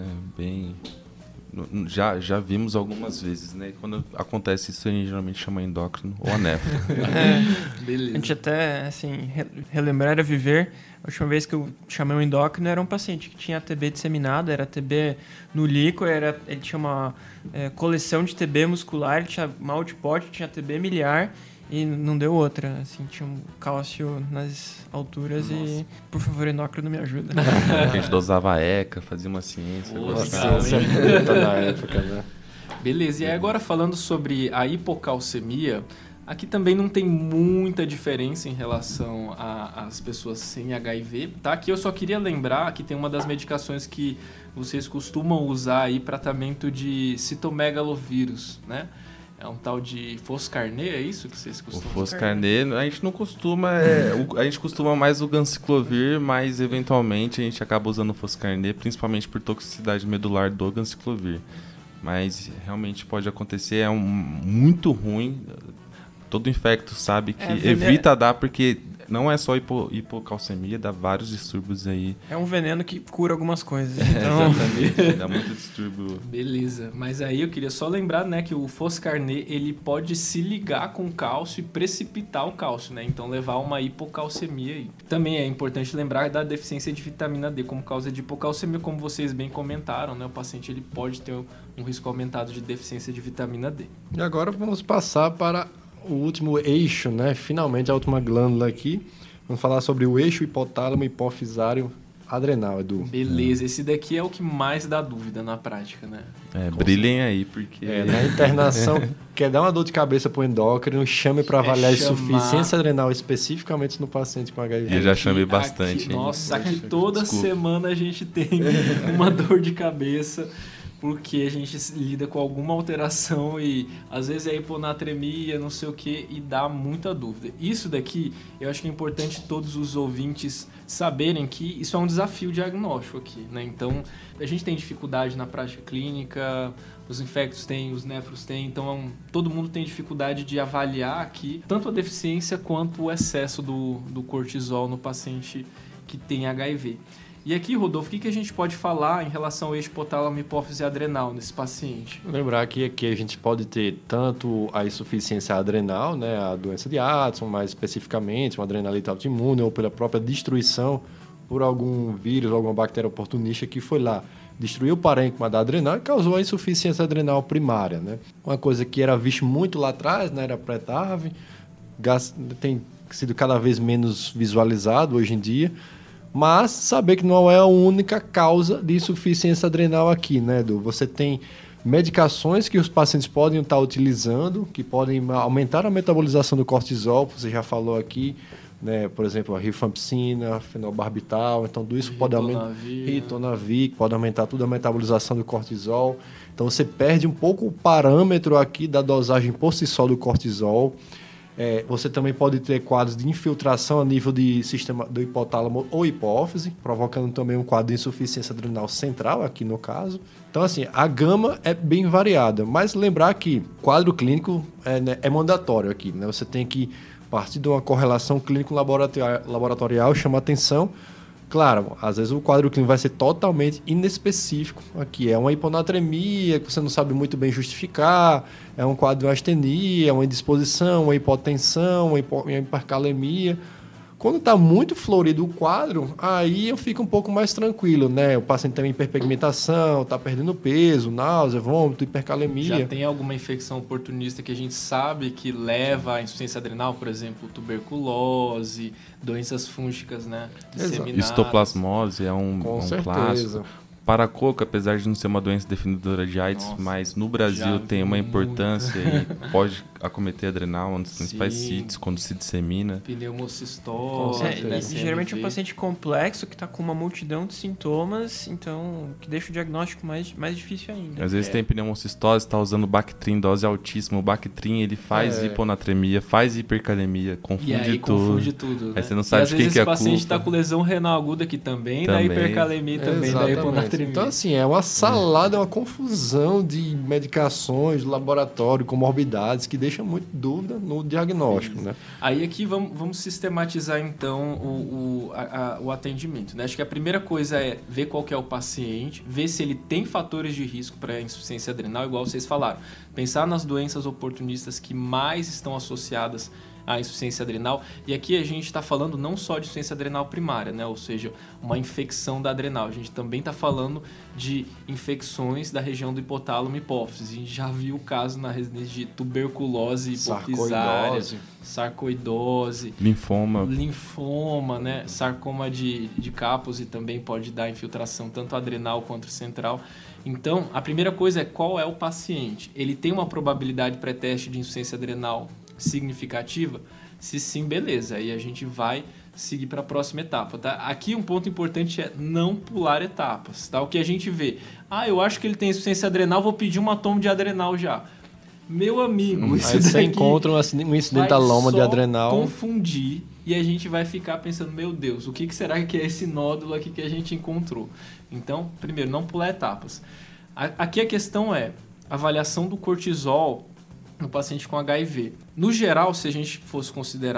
Já vimos algumas vezes, né? Quando acontece isso, a gente geralmente chama endócrino ou anefro. Beleza. A gente até, assim, relembrar a viver. A última vez que eu chamei um endócrino era um paciente que tinha TB disseminado, era TB no líquido, ele tinha uma coleção de TB muscular, ele tinha mal de pote, tinha TB miliar e não deu outra. Assim, tinha um cálcio nas alturas. Nossa. E, por favor, endócrino me ajuda. A gente dosava ECA, fazia uma ciência. Na época, né? Beleza, e aí agora falando sobre a hipocalcemia, aqui também não tem muita diferença em relação às pessoas sem HIV, tá? Aqui eu só queria lembrar que tem uma das medicações que vocês costumam usar aí para tratamento de citomegalovírus, né? É um tal de Foscarnet, é isso que vocês costumam? O Foscarnet, a gente não costuma... a gente costuma mais o ganciclovir, mas eventualmente a gente acaba usando o Foscarnet, principalmente por toxicidade medular do ganciclovir. Mas realmente pode acontecer, muito ruim. Todo infecto sabe que evita dar, porque não é só hipocalcemia, dá vários distúrbios aí. É um veneno que cura algumas coisas. Então... Exatamente, dá muito distúrbio. Beleza, mas aí eu queria só lembrar, né, que o Foscarnet, ele pode se ligar com o cálcio e precipitar o cálcio, né, então levar a uma hipocalcemia aí. Também é importante lembrar da deficiência de vitamina D como causa de hipocalcemia, como vocês bem comentaram, né, o paciente ele pode ter um risco aumentado de deficiência de vitamina D. E agora vamos passar para o último eixo, né, finalmente a última glândula aqui. Vamos falar sobre o eixo hipotálamo hipofisário adrenal, Edu. Beleza, esse daqui é o que mais dá dúvida na prática, né? Brilhem aí, porque... Na internação, quer dar uma dor de cabeça pro endócrino, chame para avaliar a insuficiência adrenal, especificamente no paciente com HIV. Eu já chamei bastante. Aqui, nossa, aqui toda semana a gente tem uma dor de cabeça, porque a gente lida com alguma alteração e às vezes é hiponatremia, não sei o que, e dá muita dúvida. Isso daqui, eu acho que é importante todos os ouvintes saberem que isso é um desafio diagnóstico aqui, né? Então, a gente tem dificuldade na prática clínica, os infectos têm, os nefros têm, então todo mundo tem dificuldade de avaliar aqui tanto a deficiência quanto o excesso do cortisol no paciente que tem HIV. E aqui, Rodolfo, o que a gente pode falar em relação ao eixo hipotálamo hipófise adrenal nesse paciente? Lembrar que aqui a gente pode ter tanto a insuficiência adrenal, né, a doença de Addison, mais especificamente, uma adrenalite autoimune, ou pela própria destruição por algum vírus, alguma bactéria oportunista que foi lá, destruiu o parênquima da adrenal e causou a insuficiência adrenal primária, né? Uma coisa que era visto muito lá atrás, né, era pré-TARV, tem sido cada vez menos visualizado hoje em dia, mas saber que não é a única causa de insuficiência adrenal aqui, né, Edu? Você tem medicações que os pacientes podem estar utilizando, que podem aumentar a metabolização do cortisol, você já falou aqui, né, por exemplo, a rifampicina, fenobarbital, então tudo isso pode aumentar, ritonavir, pode aumentar toda a metabolização do cortisol. Então você perde um pouco o parâmetro aqui da dosagem por si só do cortisol. Você também pode ter quadros de infiltração a nível de sistema do hipotálamo ou hipófise, provocando também um quadro de insuficiência adrenal central, aqui no caso. Então, assim, a gama é bem variada, mas lembrar que quadro clínico é mandatório aqui, né? Você tem que partir de uma correlação clínico-laboratorial, chama atenção. Claro, às vezes o quadro clínico vai ser totalmente inespecífico aqui. É uma hiponatremia que você não sabe muito bem justificar, é um quadro de astenia, uma indisposição, uma hipotensão, uma hipercalemia. Quando está muito florido o quadro, aí eu fico um pouco mais tranquilo, né? O paciente tem hiperpigmentação, está perdendo peso, náusea, vômito, hipercalemia. Já tem alguma infecção oportunista que a gente sabe que leva à insuficiência adrenal, por exemplo, tuberculose, doenças fúngicas, né? Histoplasmose é um clássico. Paracoco, apesar de não ser uma doença definidora de AIDS, mas no Brasil tem uma importância e pode acometer adrenal, um dos principais sítios, quando se dissemina. Pneumocistose. Geralmente é um paciente complexo que está com uma multidão de sintomas, então que deixa o diagnóstico mais difícil ainda. Às vezes tem pneumocistose, está usando Bactrim, dose altíssima. O Bactrim ele faz hiponatremia, faz hipercalemia, confunde tudo. Né? Aí você não sabe de quem que é a culpa. Às vezes esse paciente está com lesão renal aguda aqui também, da hipercalemia também, da hiponatremia. Então, assim, é uma salada, uma confusão de medicações, laboratório, comorbidades, que deixa muito dúvida no diagnóstico, né? Aí aqui vamos sistematizar, então, o atendimento, né? Acho que a primeira coisa é ver qual que é o paciente, ver se ele tem fatores de risco para insuficiência adrenal, igual vocês falaram. Pensar nas doenças oportunistas que mais estão associadas à insuficiência adrenal. E aqui a gente está falando não só de insuficiência adrenal primária, né? Ou seja, uma infecção da adrenal. A gente também está falando de infecções da região do hipotálamo e hipófise. A gente já viu o caso na residência de tuberculose hipofisária, sarcoidose, linfoma, né? Sarcoma de Kaposi também pode dar infiltração tanto adrenal quanto central. Então, a primeira coisa é qual é o paciente. Ele tem uma probabilidade pré-teste de insuficiência adrenal significativa? Se sim, beleza. Aí a gente vai seguir para a próxima etapa, tá? Aqui um ponto importante é não pular etapas, tá? O que a gente vê, eu acho que ele tem insuficiência adrenal, vou pedir uma tomo de adrenal já. Meu amigo, isso aí você encontra um incidentaloma de adrenal, confundir, e a gente vai ficar pensando, meu Deus, o que será que é esse nódulo aqui que a gente encontrou? Então, primeiro, não pular etapas. Aqui a questão é avaliação do cortisol no paciente com HIV. No geral, se a gente fosse considerar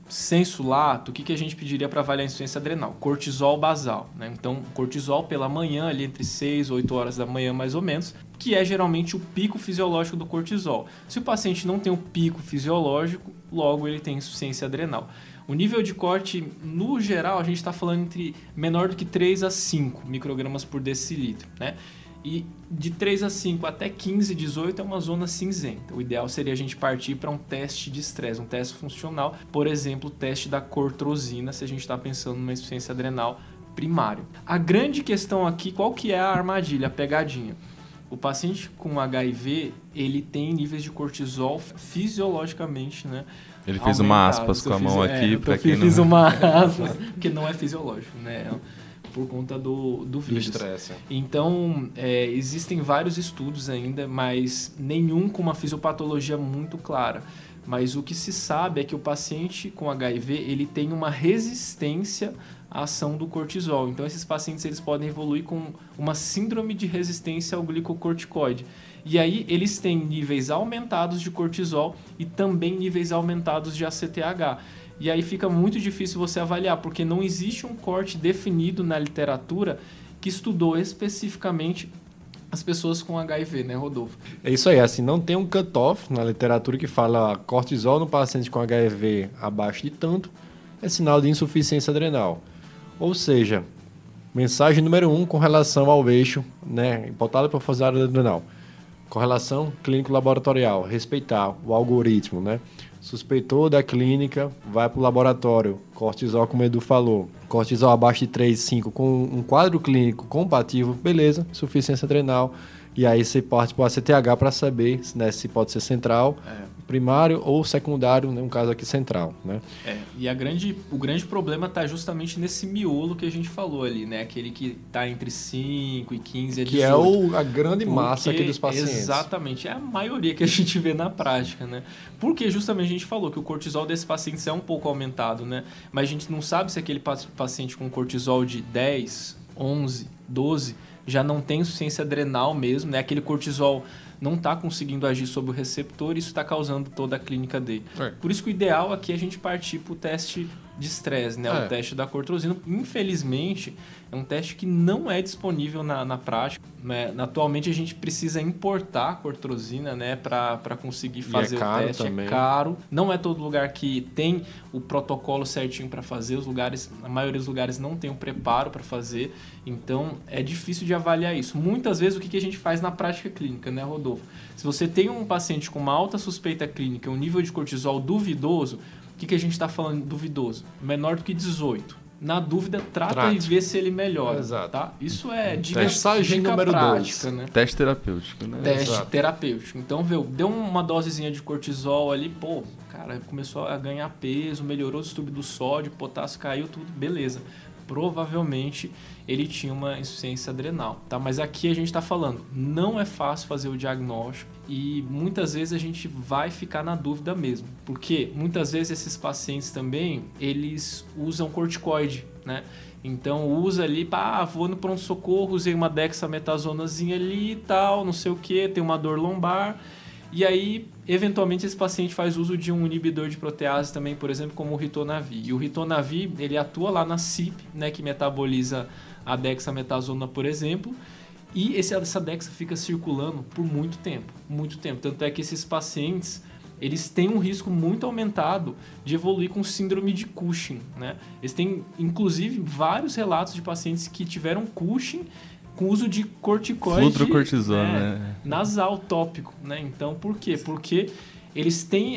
sensu lato, o que a gente pediria para avaliar a insuficiência adrenal? Cortisol basal, né? Então, cortisol pela manhã, ali entre 6 e 8 horas da manhã, mais ou menos, que é geralmente o pico fisiológico do cortisol. Se o paciente não tem o pico fisiológico, logo ele tem insuficiência adrenal. O nível de corte, no geral, a gente está falando entre menor do que 3 a 5 microgramas por decilitro, né? E de 3 a 5 até 15, 18 é uma zona cinzenta. O ideal seria a gente partir para um teste de estresse, um teste funcional, por exemplo, o teste da cortrosina, se a gente está pensando numa insuficiência adrenal primária. A grande questão aqui, qual que é a armadilha, a pegadinha? O paciente com HIV, ele tem níveis de cortisol fisiologicamente, né? Ele fez uma aspas com a mão aqui para quem não... Fiz uma aspas, porque não é fisiológico, né? Por conta do vírus. Do estresse. Então, existem vários estudos ainda, mas nenhum com uma fisiopatologia muito clara. Mas o que se sabe é que o paciente com HIV, ele tem uma resistência à ação do cortisol. Então, esses pacientes eles podem evoluir com uma síndrome de resistência ao glicocorticoide. E aí, eles têm níveis aumentados de cortisol e também níveis aumentados de ACTH. E aí fica muito difícil você avaliar, porque não existe um corte definido na literatura que estudou especificamente as pessoas com HIV, né, Rodolfo? É isso aí, assim, não tem um cutoff na literatura que fala cortisol no paciente com HIV abaixo de tanto, é sinal de insuficiência adrenal. Ou seja, mensagem número 1 com relação ao eixo, né, hipotálamo hipofisário adrenal. Correlação clínico-laboratorial, respeitar o algoritmo, né? Suspeitou da clínica, vai para o laboratório. Cortisol, como o Edu falou. Cortisol abaixo de 3, 5, com um quadro clínico compatível, beleza, insuficiência adrenal. E aí você parte para o ACTH para saber, né, se pode ser central, primário ou secundário, né, um caso aqui central, né? E o grande problema está justamente nesse miolo que a gente falou ali, né? Aquele que está entre 5 e 15 a 18. Que é a grande massa aqui dos pacientes. Exatamente, é a maioria que a gente vê na prática, né? Porque justamente a gente falou que o cortisol desses pacientes é um pouco aumentado, né? Mas a gente não sabe se aquele paciente com cortisol de 10, 11, 12 já não tem insuficiência adrenal mesmo, né? Aquele cortisol não está conseguindo agir sobre o receptor e isso está causando toda a clínica dele. Por isso que o ideal aqui é a gente partir para o teste de estresse, né? O teste da cortrosina. Infelizmente, é um teste que não é disponível na prática, né? Atualmente, a gente precisa importar a cortrosina, né? Para conseguir fazer o teste. Também. É caro. Não é todo lugar que tem o protocolo certinho para fazer. A maioria dos lugares não tem o preparo para fazer. Então, é difícil de avaliar isso. Muitas vezes, o que a gente faz na prática clínica, né, Rodolfo? Se você tem um paciente com uma alta suspeita clínica, um nível de cortisol duvidoso, o que a gente está falando duvidoso? Menor do que 18. Na dúvida, trata e vê se ele melhora. Exato. Tá? Isso é dica número prática, 2. né? Teste terapêutico, né? Teste terapêutico. Então, deu uma dosezinha de cortisol ali, pô, cara, começou a ganhar peso, melhorou o distúrbio do sódio, potássio caiu, tudo, beleza. Provavelmente ele tinha uma insuficiência adrenal, tá? Mas aqui a gente está falando, não é fácil fazer o diagnóstico e muitas vezes a gente vai ficar na dúvida mesmo, porque muitas vezes esses pacientes também, eles usam corticoide, né? Então usa ali, vou no pronto-socorro, usei uma dexametazonazinha ali e tal, não sei o que, tem uma dor lombar. E aí, eventualmente, esse paciente faz uso de um inibidor de protease também, por exemplo, como o ritonavir. E o ritonavir, ele atua lá na CYP, né, que metaboliza a dexametasona, por exemplo, e essa dexa fica circulando por muito tempo. Tanto é que esses pacientes, eles têm um risco muito aumentado de evoluir com síndrome de Cushing, né? Eles têm, inclusive, vários relatos de pacientes que tiveram Cushing com uso de corticoide fludrocortisona, nasal tópico, né? Então, por quê? Porque eles têm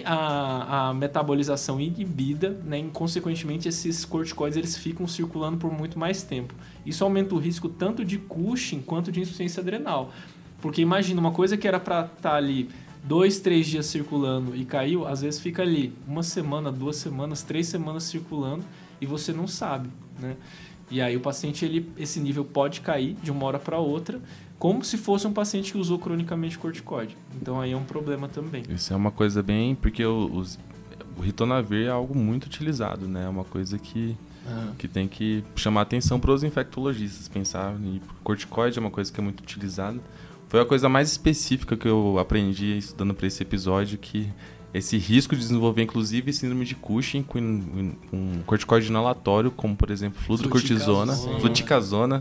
a metabolização inibida, né? E, consequentemente, esses corticoides eles ficam circulando por muito mais tempo. Isso aumenta o risco tanto de Cushing quanto de insuficiência adrenal. Porque imagina, uma coisa que era para estar ali 2, 3 dias circulando e caiu, às vezes fica ali 1 semana, 2 semanas, 3 semanas circulando e você não sabe, né? E aí o paciente, esse nível pode cair de uma hora para outra, como se fosse um paciente que usou cronicamente corticoide. Então aí é um problema também. Isso é uma coisa bem... Porque o ritonavir é algo muito utilizado, né? É uma coisa que tem que chamar atenção para os infectologistas. Pensar em corticoide é uma coisa que é muito utilizada. Foi a coisa mais específica que eu aprendi estudando para esse episódio, que esse risco de desenvolver, inclusive, síndrome de Cushing com corticoide inalatório, como, por exemplo, fludrocortisona, fluticasona.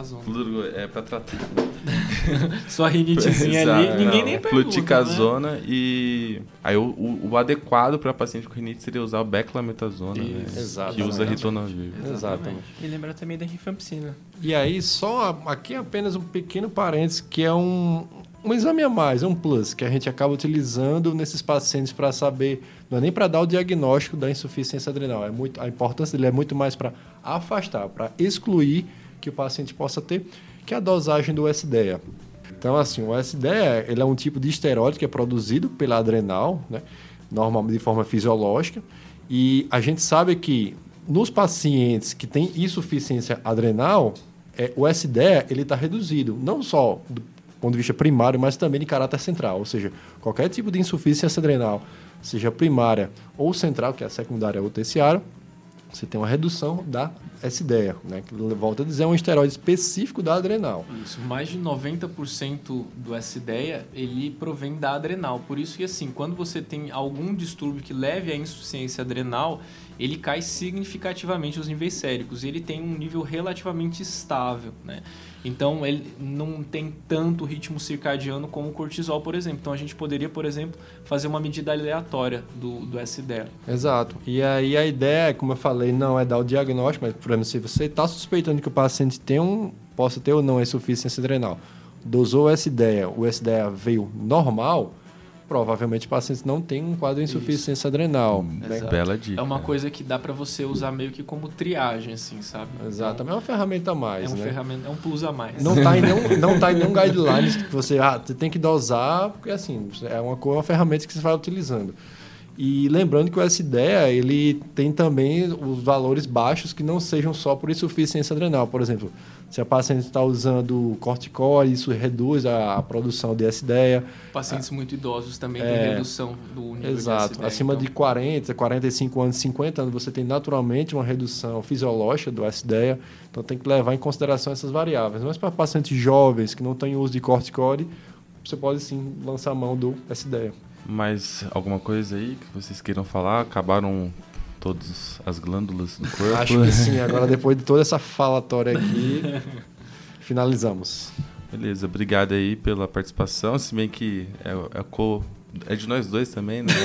É para tratar. Sua rinitezinha ali, ninguém nem pergunta, fluticasona, né? E aí o adequado para paciente com rinite seria usar o beclametasona, né? Que usa ritonavir. Exatamente. E lembrar também da rifampicina. E aí, só aqui apenas um pequeno parênteses, que é um exame a mais, um plus, que a gente acaba utilizando nesses pacientes para saber, não é nem para dar o diagnóstico da insuficiência adrenal, a importância dele é muito mais para afastar, para excluir que o paciente possa ter, que é a dosagem do SDEA. Então, assim, o SDEA, ele é um tipo de esteroide que é produzido pela adrenal, né, normalmente de forma fisiológica, e a gente sabe que nos pacientes que têm insuficiência adrenal, o SDEA ele está reduzido, não só do ponto de vista primário, mas também de caráter central, ou seja, qualquer tipo de insuficiência adrenal, seja primária ou central, que é a secundária ou terciária, você tem uma redução da SDEA, né? Que, volto a dizer, é um esteroide específico da adrenal. Isso, mais de 90% do SDEA, ele provém da adrenal. Por isso que, assim, quando você tem algum distúrbio que leve à insuficiência adrenal, ele cai significativamente os níveis séricos. E ele tem um nível relativamente estável, né? Então, ele não tem tanto ritmo circadiano como o cortisol, por exemplo. Então, a gente poderia, por exemplo, fazer uma medida aleatória do SDEA. Exato. E aí a ideia, como eu falei, não é dar o diagnóstico, mas, por exemplo, se você está suspeitando que o paciente possa ter ou não a insuficiência adrenal, dosou o SDEA veio normal, provavelmente o paciente não tem um quadro de insuficiência adrenal. Né? Bela dica. É uma coisa que dá para você usar meio que como triagem, assim, sabe? Exato. É uma ferramenta a mais, é um plus a mais. Não está em nenhum guidelines que você tem que dosar, porque assim, é uma ferramenta que você vai utilizando. E lembrando que o SDEA, ele tem também os valores baixos que não sejam só por insuficiência adrenal. Por exemplo, se a paciente está usando corticoide, isso reduz a produção de SDEA. Pacientes muito idosos também têm redução do nível de SDEA. Acima de 40, 45 anos, 50 anos, você tem naturalmente uma redução fisiológica do SDEA. Então tem que levar em consideração essas variáveis. Mas para pacientes jovens que não têm uso de corticoide, você pode sim lançar a mão do SDEA. Mais alguma coisa aí que vocês queiram falar? Acabaram todas as glândulas do corpo? Acho que sim. Agora, depois de toda essa falatória aqui, finalizamos. Beleza. Obrigado aí pela participação. Se bem que é de nós dois também, né?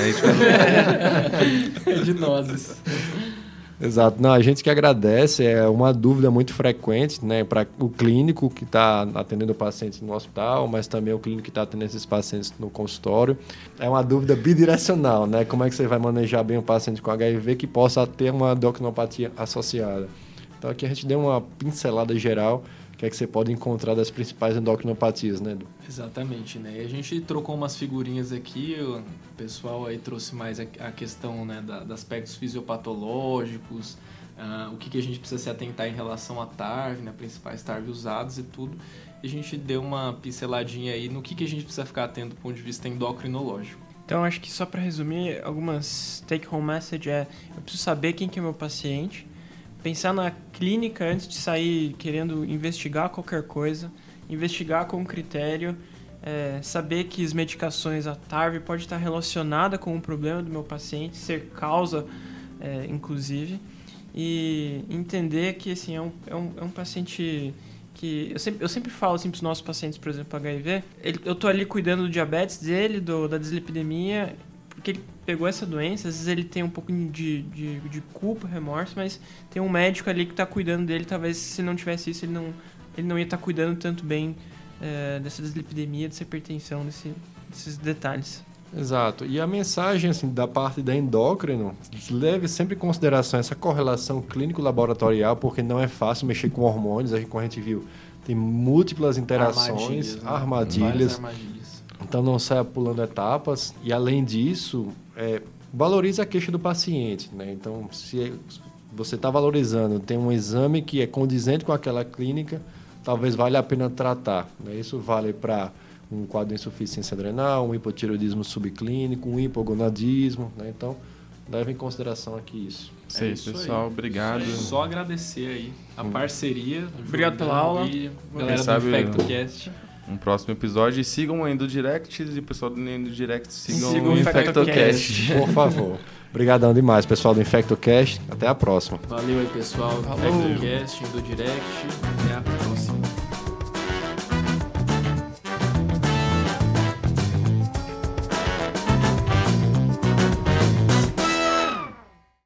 É de nós. Exato. Não, a gente que agradece, é uma dúvida muito frequente, né, para o clínico que está atendendo o paciente no hospital, mas também o clínico que está atendendo esses pacientes no consultório. É uma dúvida bidirecional, né? Como é que você vai manejar bem o paciente com HIV que possa ter uma endocrinopatia associada? Então aqui a gente deu uma pincelada geral, que é que você pode encontrar das principais endocrinopatias, né, Edu? Exatamente, né? E a gente trocou umas figurinhas aqui, o pessoal aí trouxe mais a questão, né, dos aspectos fisiopatológicos, o que a gente precisa se atentar em relação à TARV, né, principais TARV usados e tudo. E a gente deu uma pinceladinha aí no que a gente precisa ficar atento do ponto de vista endocrinológico. Então, acho que só para resumir, algumas take-home message eu preciso saber quem que é meu paciente, pensar na clínica antes de sair querendo investigar qualquer coisa, investigar com critério, saber que as medicações, a TARV pode estar relacionada com o problema do meu paciente, ser causa, inclusive, e entender que assim, é um paciente que... Eu sempre falo assim, para os nossos pacientes, por exemplo, HIV, eu estou ali cuidando do diabetes dele, da dislipidemia, porque ele pegou essa doença, às vezes ele tem um pouco de culpa, remorso, mas tem um médico ali que está cuidando dele, talvez se não tivesse isso, ele não ia estar cuidando tanto bem dessa dislipidemia, dessa hipertensão, desses detalhes. Exato. E a mensagem assim, da parte da endócrino, leve sempre em consideração essa correlação clínico-laboratorial, porque não é fácil mexer com hormônios, como a gente viu, tem múltiplas interações, armadilhas. Então não saia pulando etapas e, além disso, valorize a queixa do paciente, né? Então, se você está valorizando, tem um exame que é condizente com aquela clínica, talvez valha a pena tratar, né? Isso vale para um quadro de insuficiência adrenal, um hipotireoidismo subclínico, um hipogonadismo, né? Então, leve em consideração aqui isso. É isso, pessoal. Aí. Obrigado. Só agradecer aí a parceria. Obrigado pela aula. Galera do InfectoCast. um próximo episódio. E sigam o Endo Direct e o pessoal do Endo Direct sigam Sigam o o InfectoCast. Por favor. Obrigadão demais, pessoal do InfectoCast. Até a próxima. Valeu aí, pessoal. Falou. InfectoCast, do Direct. Até a próxima.